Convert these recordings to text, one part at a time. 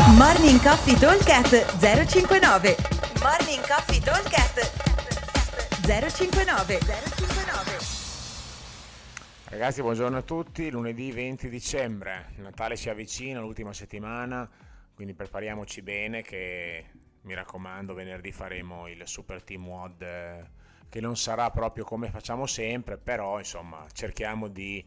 Morning Coffee Talkcast 059. Morning Coffee Talkcast 059. Ragazzi, buongiorno a tutti. Lunedì 20 dicembre, Natale si avvicina, l'ultima settimana, quindi prepariamoci bene che, mi raccomando, venerdì faremo il Super Team WOD, che non sarà proprio come facciamo sempre, però insomma cerchiamo di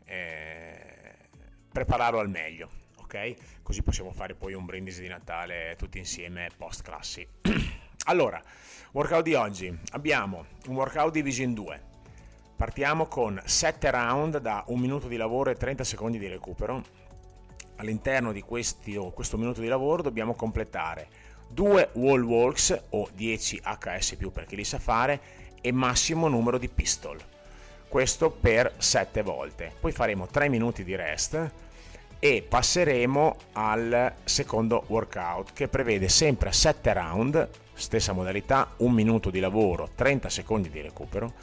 prepararlo al meglio, ok? Così possiamo fare poi un brindisi di Natale tutti insieme post classi. Allora, workout di oggi, abbiamo un workout diviso in due. Partiamo con 7 round da 1 minuto di lavoro e 30 secondi di recupero. All'interno di questo minuto di lavoro dobbiamo completare 2 wall walks o 10 HS+, per chi li sa fare, e massimo numero di pistol. Questo per 7 volte. Poi faremo 3 minuti di rest e passeremo al secondo workout, che prevede sempre 7 round, stessa modalità, 1 minuto di lavoro, 30 secondi di recupero,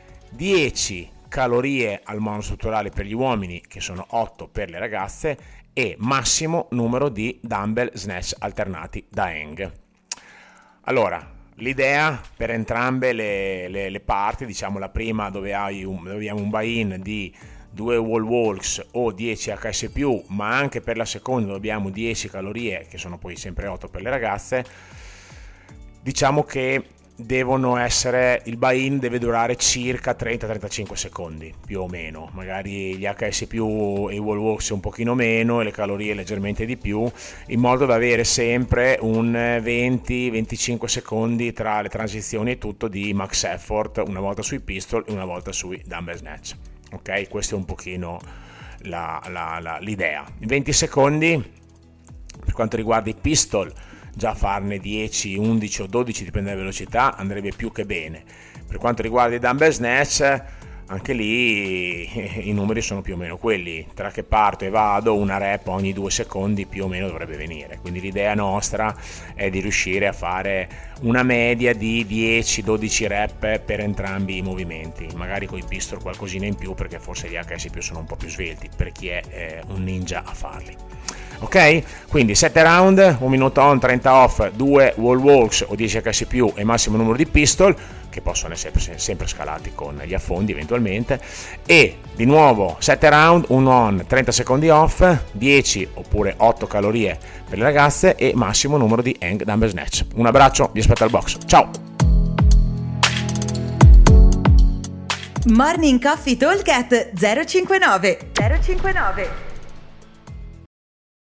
10 calorie al monostrutturale per gli uomini, che sono 8 per le ragazze, e massimo numero di dumbbell snatch alternati da hang. Allora, l'idea per entrambe le parti, diciamo la prima dove abbiamo un buy-in di 2 wall walks o 10 HS+, ma anche per la seconda dove abbiamo 10 calorie, che sono poi sempre 8 per le ragazze, diciamo che il buy-in deve durare circa 30-35 secondi, più o meno. Magari gli HS+, e i wall walks un pochino meno e le calorie leggermente di più, in modo da avere sempre un 20-25 secondi tra le transizioni e tutto di max effort, una volta sui pistol e una volta sui dumbbell snatch. Ok, questa è un pochino l'idea. 20 secondi per quanto riguarda i pistol, già farne 10, 11 o 12, dipende dalla velocità, andrebbe più che bene. Per quanto riguarda i dumbbell snatch, anche lì i numeri sono più o meno quelli. Tra che parto e vado, una rep ogni 2 secondi più o meno dovrebbe venire. Quindi l'idea nostra è di riuscire a fare una media di 10-12 rep per entrambi i movimenti. Magari con i pistol qualcosina in più, perché forse gli HS+ sono un po' più svelti, per chi è un ninja a farli. Ok? Quindi 7 round, 1 minuto on, 30 off, 2 wall walks o 10 HS+ e massimo numero di pistol, che possono essere sempre scalati con gli affondi eventualmente, e di nuovo 7 round, 1 on, 30 secondi off, 10 oppure 8 calorie per le ragazze e massimo numero di hang dumbbell snatch. Un abbraccio, vi aspetto al box, ciao! Morning Coffee Talkcast 059.